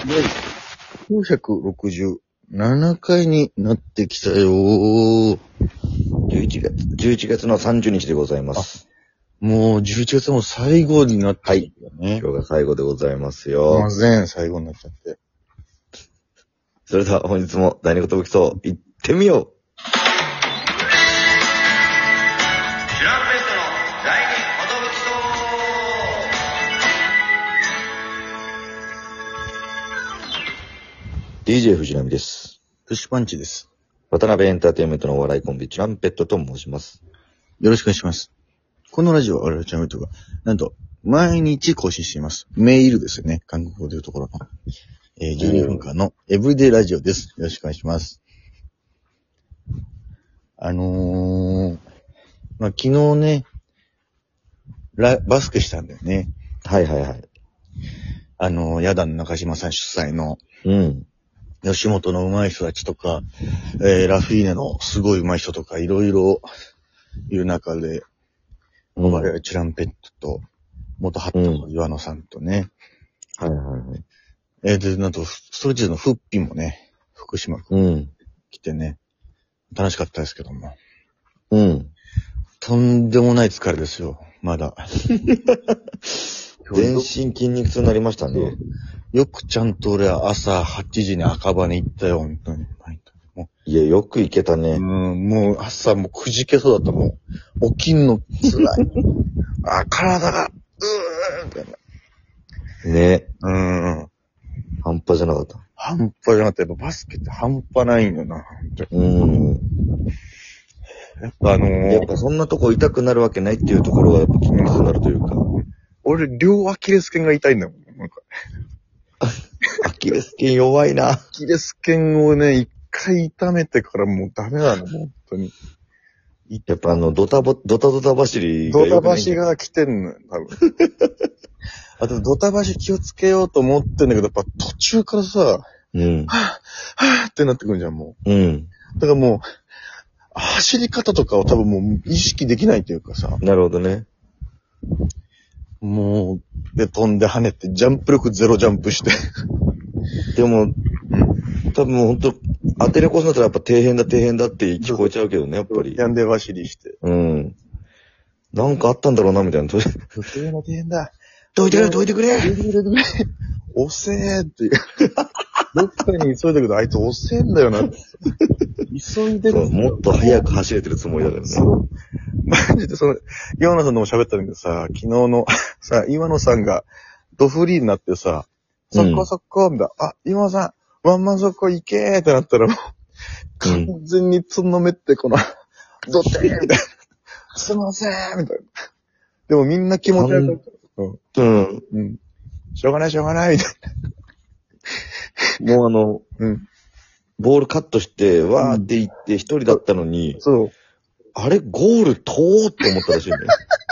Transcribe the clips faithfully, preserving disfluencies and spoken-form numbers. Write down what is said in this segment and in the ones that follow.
第きゅうひゃくろくじゅうななかいになってきたよー。 じゅういちがつ、じゅういちがつのさんじゅうにちでございます。 もうじゅういちがつも最後になってきたよね。 今日が最後でございますすいよま。せん、最後になっちゃって。 それでは本日も第二言武器層行ってみよう。チュランペットの第二言武器層。ディージェー 藤波です。 プッシュパンチです。 渡辺エンターテインメントのお笑いコンビチュランペットと申します。 よろしくお願いします。このラジオは我々チュランペットが、なんと、毎日更新しています。メールですよね。韓国語でいうところの。えー、じゅうにふんかんのエブリデイラジオです。よろしくお願いします。あのー、まあ、昨日ね、ラ、バスケしたんだよね。 はいはいはい。 あのー、ヤダン中島さん主催の、 うん。 吉本の上手い人たちとか、えー、ラフィーネのすごい上手い人とか、いろいろいる中で、 うん、 我々チュランペットと、元ハットの岩野さんとね、 はいはいはい。 えー、で、なんと、ストレッチーズのフッピンもね、福島くうんん。 来てね、楽しかったですけども。 うん。 とんでもない疲れですよ、まだ。 全身筋肉痛になりましたね。 よくちゃんと俺は朝はちじに赤羽行ったよ、本当に。もいや、よく行けたう、 ね。 うん、もう朝もうくじけそうだった、もう。起きんの辛い。あ、体が、うーん、みたいな。 ね。 うん。 半端じゃなかった。 半端じゃなくて、やっぱバスケって半端ないんよな、本当に。 うん。 やっぱあのー、 やっぱそんなとこ痛くなるわけないっていうところがやっぱ筋肉痛になるというか。 俺、両アキレス腱が痛いんだもん。なんかアキレス腱弱いな。 アキレス腱をね、一回痛めてからもうダメなの、本当に。 やっぱあの、ドタボ、ドタドタ走りがドタ良くないんだ橋が来てんのよ、多分。あと、ドタ橋気をつけようと思ってんだけど、やっぱ途中からさ、 うん。 はぁ、はぁってなってくるじゃん、もうん。 う。だからもう、走り方とかを多分もう意識できないというかさ、 なるほどね。 もう、で、飛んで跳ねて、ジャンプ力ゼロジャンプして。 でも、 うん。 多分ほんと、当てれこそだったらやっぱ底辺だ底辺だって聞こえちゃうけどね、やっぱり。 やんで走りして。 うん。なんかあったんだろうな、みたいな。 大変だ、大変だ。 どいてくれ、どいてくれ。 どいてくれ、どいてくれ。遅えーっていう。どっかに急いだけど、あいつ遅えんだよな。急いでる。 もっと早く走れてるつもりだからね。 そう。マジで、その、岩野さんとも喋ったんだけどさ、昨日の、さ、岩野さんが、ドフリーになってさ、そっこそっこ、みたいな、あ、岩野さん、ワンマンそっこ行けーってなったらもう、完全につんのめって、この、ドッテーみたいな。すいませんみたいな。でもみんな気持ち悪かった。 うん。 うん。しょうがないしょうがないみたいな。もうあの、 うん。 ボールカットして、わーって行って一人だったのに、 そう。 あれ、ゴール遠って思ったらしいね。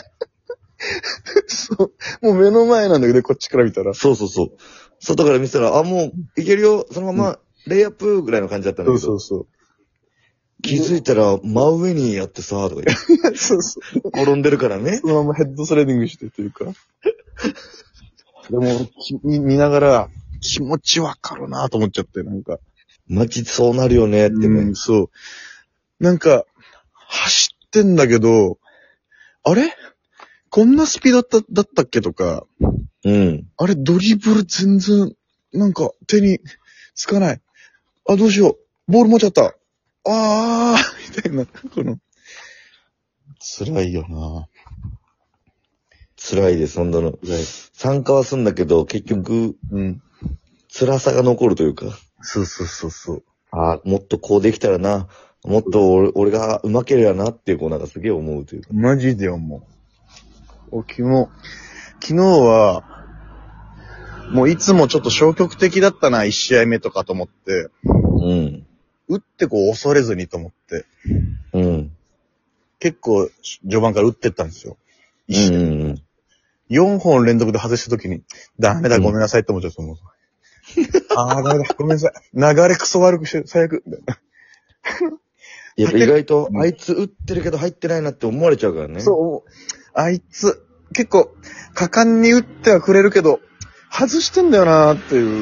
そう。もう目の前なんだけど、こっちから見たら。 そうそうそう。外から見てたら、あ、もう、いけるよ、そのまま、レイアップぐらいの感じだったんだそうけど。 そうそう。 気づいたら、真上にやってさ、とか言って。 そうそう。 転んでるからね。 そのままヘッドスライディングしてというか。でも、見見ながら、気持ちわかるなと思っちゃって、なんか。 マジそうなるよねってね。 うん、そう。なんか、走ってんだけど、あれこんなスピードだった、だったっけとか、 うん。 あれドリブル全然、なんか手につかない。あ、どうしよう。ボール持っちゃった。あー、みたいな、この、辛いよな辛いです、そんなの。 辛い。 参加はすんだけど、結局、 うん。 辛さが残るというか。 そうそうそうそう。 ああ、もっとこうできたらな。もっと俺俺が上手ければなっていう、こうなんかすげえ思うというか。 マジで思う。お昨日、昨日は、もういつもちょっと消極的だったな、一試合目とかと思って、 うん。 打ってこう恐れずにと思って、 うん。 結構序盤から打ってったんですよ。 うんうんうん。 よんほん連続で外した時に、ダメだ、ごめんなさいって思っちゃったと思う。あー、ダメだ、ごめんなさい。流れクソ悪くして、最悪。みたいなやっぱ意外と、あいつ打ってるけど入ってないなって思われちゃうからね。 そう、あいつ、結構、果敢に打ってはくれるけど、 外してんだよなーっていう。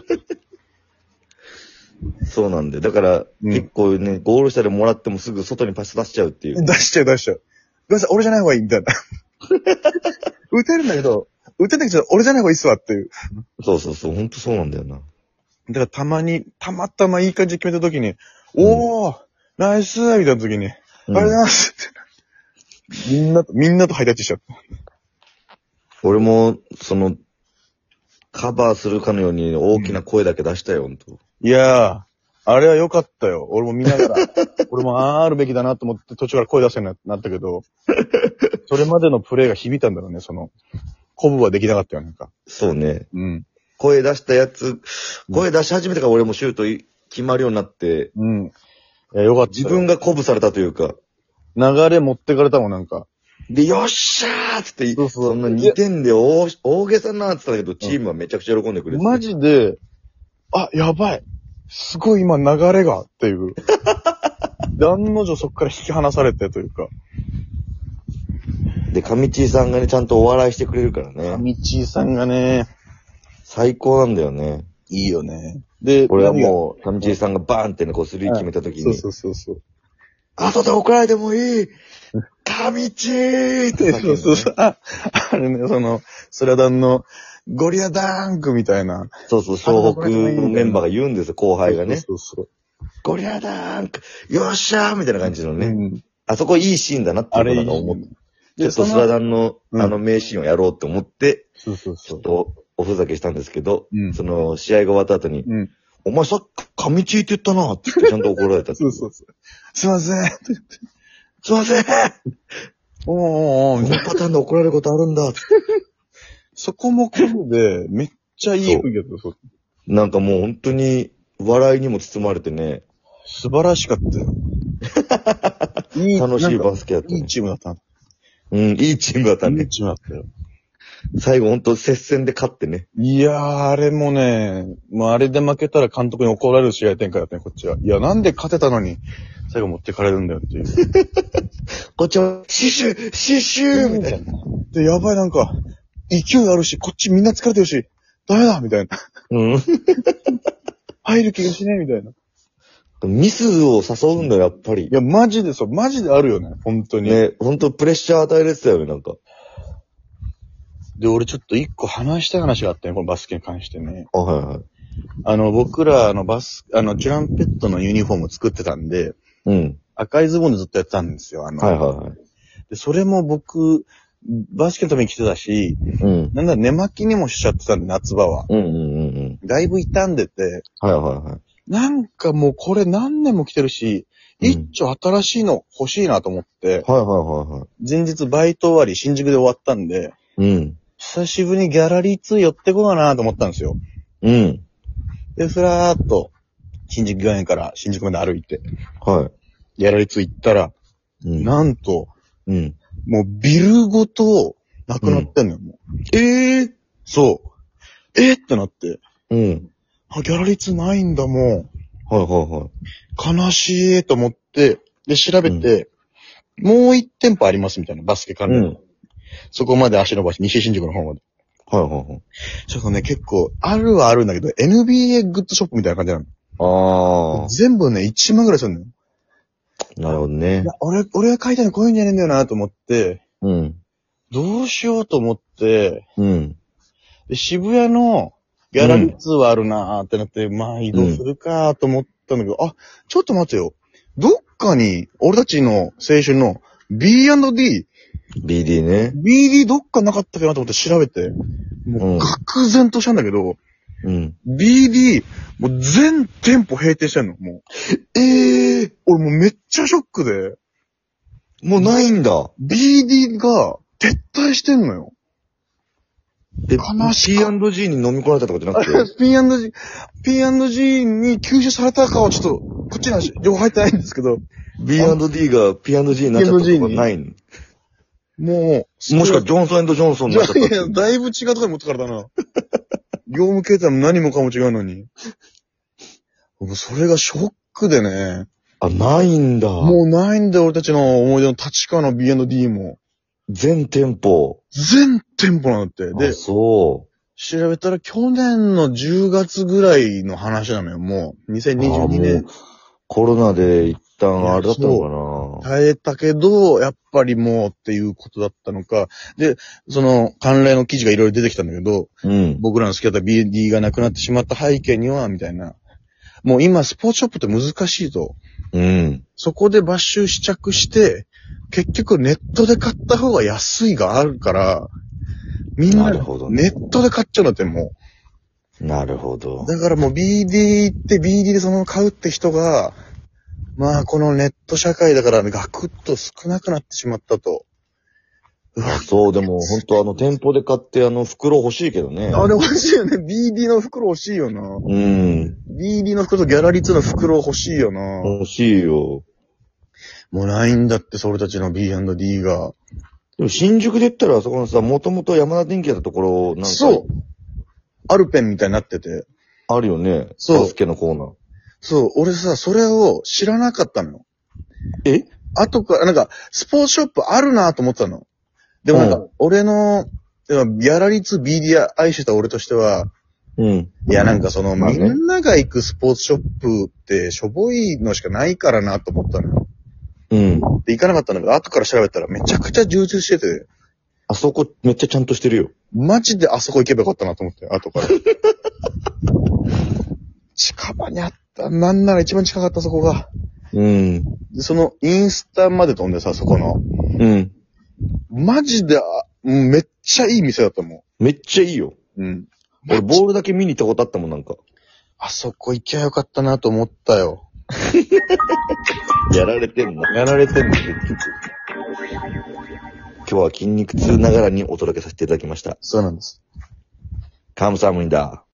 そうなんで。だから、 うん結構ね、ゴール下でもらってもすぐ外にパス出しちゃうっていう。 出しちゃう出しちゃう。ごめんなさい、俺じゃない方がいいみたいな。打てるんだけど、打てないけど、俺じゃない方がいいっすわっていう。 そうそうそう、ほんとそうなんだよな。 だからたまに、たまたまいい感じで決めた時に、おー、ナイスーみたいな時に、ありがとうございますって。みんなと、みんなとハイタッチしちゃった。 俺も、その、カバーするかのように大きな声だけ出したよ、ほんと。 いやー、あれは良かったよ。俺も見ながら、俺もあーあるべきだなと思って途中から声出せるようになったけど、それまでのプレイが響いたんだろうね、その、鼓舞はできなかったよ、なんか。 そうね。 うん。 声出したやつ、声出し始めてから俺もシュート決まるようになって、 うん。いや、よかったよ。 自分が鼓舞されたというか、 流れ持ってかれたもん、なんか。 で、よっしゃーっつって、 そうそうそんなにてんで大大げさなって言ったけど、チームはめちゃくちゃ喜んでくれて。 マジで、あ、やばい。すごい今流れがっていう。で、案の定そっから引き離されてというか。 で、上地さんがね、ちゃんとお笑いしてくれるからね。 上地さんがね、 最高なんだよね。 いいよね。で、 俺はもう、上地さんがバーンってね、こうスリー決めた時に、 そうそうそうそう。 後で怒られてもいい上地ーって、 そうそうそう。あ、あれね、その、スラダンのゴリアダンクみたいな。 そうそう、湘北のメンバーが言うんですよ、後輩がね。 そうそうそう。 ゴリアダンクよっしゃーみたいな感じのね。 うん、 あそこいいシーンだなっていうことが思って。ちょっとスラダンの、あの名シーンをやろうって思って、 そうそうそう。 ちょっとおふざけしたんですけど、 うん、 その試合が終わった後に、うん、お前さっき上地って言ったなってちゃんと怒られた。 そうそうそう。すいませんって言って。 すいませんおーおーおーこのパターンで怒られることあるんだそこも込みで、めっちゃいい雰囲気だった。 なんかもう本当に笑いにも包まれてね。 素晴らしかったよ。 いい楽しいバスケだった、ね。 いいチームだった。 うん、いいチームだったね。 いいチームだったよ。 最後ほんと接戦で勝ってね。 いやー、あれもね、もうあれで負けたら監督に怒られる試合展開だったね、こっちは。いや、なんで勝てたのに、最後持ってかれるんだよっていう。 こっちは、死守死守みたいな。 で、やばいなんか、勢いあるし、こっちみんな疲れてるし、ダメだみたいな。うん。入る気がしねえみたいな。 ミスを誘うんだよ、やっぱり。 いや、マジでそう、マジであるよね、本当に。 ね、本当プレッシャー与えられてたよね、なんか。 で、俺ちょっと一個話したい話があってね、このバスケに関してね。 あ、はいはい。 あの、僕ら、あの、バス、あの、チュランペットのユニフォーム作ってたんで、 うん。 赤いズボンでずっとやってたんですよ、あの。 はいはいはい。 で、それも僕、バスケのために来てたし、うん。なんだ、寝巻きにもしちゃってたんで、夏場は。うんうんうんうん。だいぶ傷んでて、 はいはいはい。 なんかもうこれ何年も着てるし、うん、一丁新しいの欲しいなと思って、はいはいはいはい。前日バイト終わり新宿で終わったんで、うん。久しぶりにギャラリーツー寄ってこうかなと思ったんですよ。うん。で、ふらーっと、新宿御苑から新宿まで歩いて、はい。ギャラリーツー行ったら、うん、なんと、うん。もうビルごとなくなってんのよ、うん、もう。ええー、そう。えー、ってなって。うん。あ、ギャラリーツーないんだ、もう。はいはいはい。悲しいと思って、で、調べて、うん、もう一店舗ありますみたいな、バスケ関連。うん。そこまで足伸ばし、西新宿の方まで。はいはいはい。ちょっとね、結構、あるはあるんだけど、エヌビーエー グッドショップみたいな感じなの。ああ。全部ね、いちまんぐらいするのよ。なるほどね。俺、俺が書いたのこういうんじゃねえんだよなと思って、うん。どうしようと思って、うん。で、渋谷のギャラリーツーはあるなーってなって、うん、まあ移動するかーと思ったんだけど、うん、あ、ちょっと待てよ。どっかに、俺たちの青春の ビーアンドディー、ビーディー ね。ビーディー どっかなかったかなと思って調べて、もう、愕然としたんだけど、うん。ビーディー、もう全店舗閉店してんの、もう。ええー、俺もうめっちゃショックで。もうないんだ。ビーディー が撤退してんのよ。で、悲しい。ピーアンドジー に飲み込まれたとかじゃなくてピーアンドジー、ピーアンドジー に吸収されたかはちょっと、こっちには情報入ってないんですけど。ビーアンドディー が ピーアンドジー になっちゃったとかないの？もう、もしかジョンソン&ジョンソンになっちゃった。いや、だいぶ違うところに持ってからだな。業務形態も何もかも違うのに。もうそれがショックでね。あ、ないんだ。もうないんだよ、俺たちの思い出の立川の ビーアンドディー も。全店舗。全店舗なんだって。で、そう。 調べたら去年のじゅうがつぐらいの話なのよ、もう。にせんにじゅうにねん。 コロナで一旦あれだったのかな。 耐えたけど、やっぱりもうっていうことだったのか。で、その関連の記事がいろいろ出てきたんだけど、 うん。 僕らの好きだった ビーディー がなくなってしまった背景には、みたいな。もう今スポーツショップって難しいと。 うん。 そこで買収試着して、結局ネットで買った方が安いがあるから、みんななるほどねネットで買っちゃうんだってもなるほどう。。だからもう ビーディー って ビーディー でそのまま買うって人が、まあこのネット社会だからガクッと少なくなってしまったと。うわ、 そう、でも本当あの店舗で買ってあの袋欲しいけどね。 あれ欲しいよね。ビーディー の袋欲しいよな。 うん。 ビーディー の袋とギャラリーツの袋欲しいよな。 欲しいよ。 もうないんだって、それたちの ビーアンドディー が。 でも新宿で言ったら、そこのさ、もともと山田電機だったところ、なんか。 そう。アルペンみたいになってて。 あるよね。 そうバスケのコーナー。 そう、俺さ、それを知らなかったのよ。 え後から、なんか、スポーツショップあるなと思ってたの。でもなんか、 うん俺の、ギャラリーツ ビーディー 愛してた俺としては、 うん。 いや、なんかその、 まあねみんなが行くスポーツショップって、しょぼいのしかないからなと思ったのよ。 うん。 で、行かなかったのが、後から調べたらめちゃくちゃ充実してて、 あそこめっちゃちゃんとしてるよ。 マジであそこ行けばよかったなと思って、後から。近場にあった。なんなら一番近かった、そこが。 うん。 で、その、インスタまで飛んでさ、そこの。 うん。 マジで、あうんめっちゃいい店だったもめっちゃいいよ。 ん。うん。 俺ボールだけ見に行ったことあったもん、なんか。 あそこ行きゃよかったなと思ったよ。 やられてんな。 やられてんの、結局。 今日は筋肉痛ながらにお届けさせていただきました。 そうなんです。 カムサムニダ。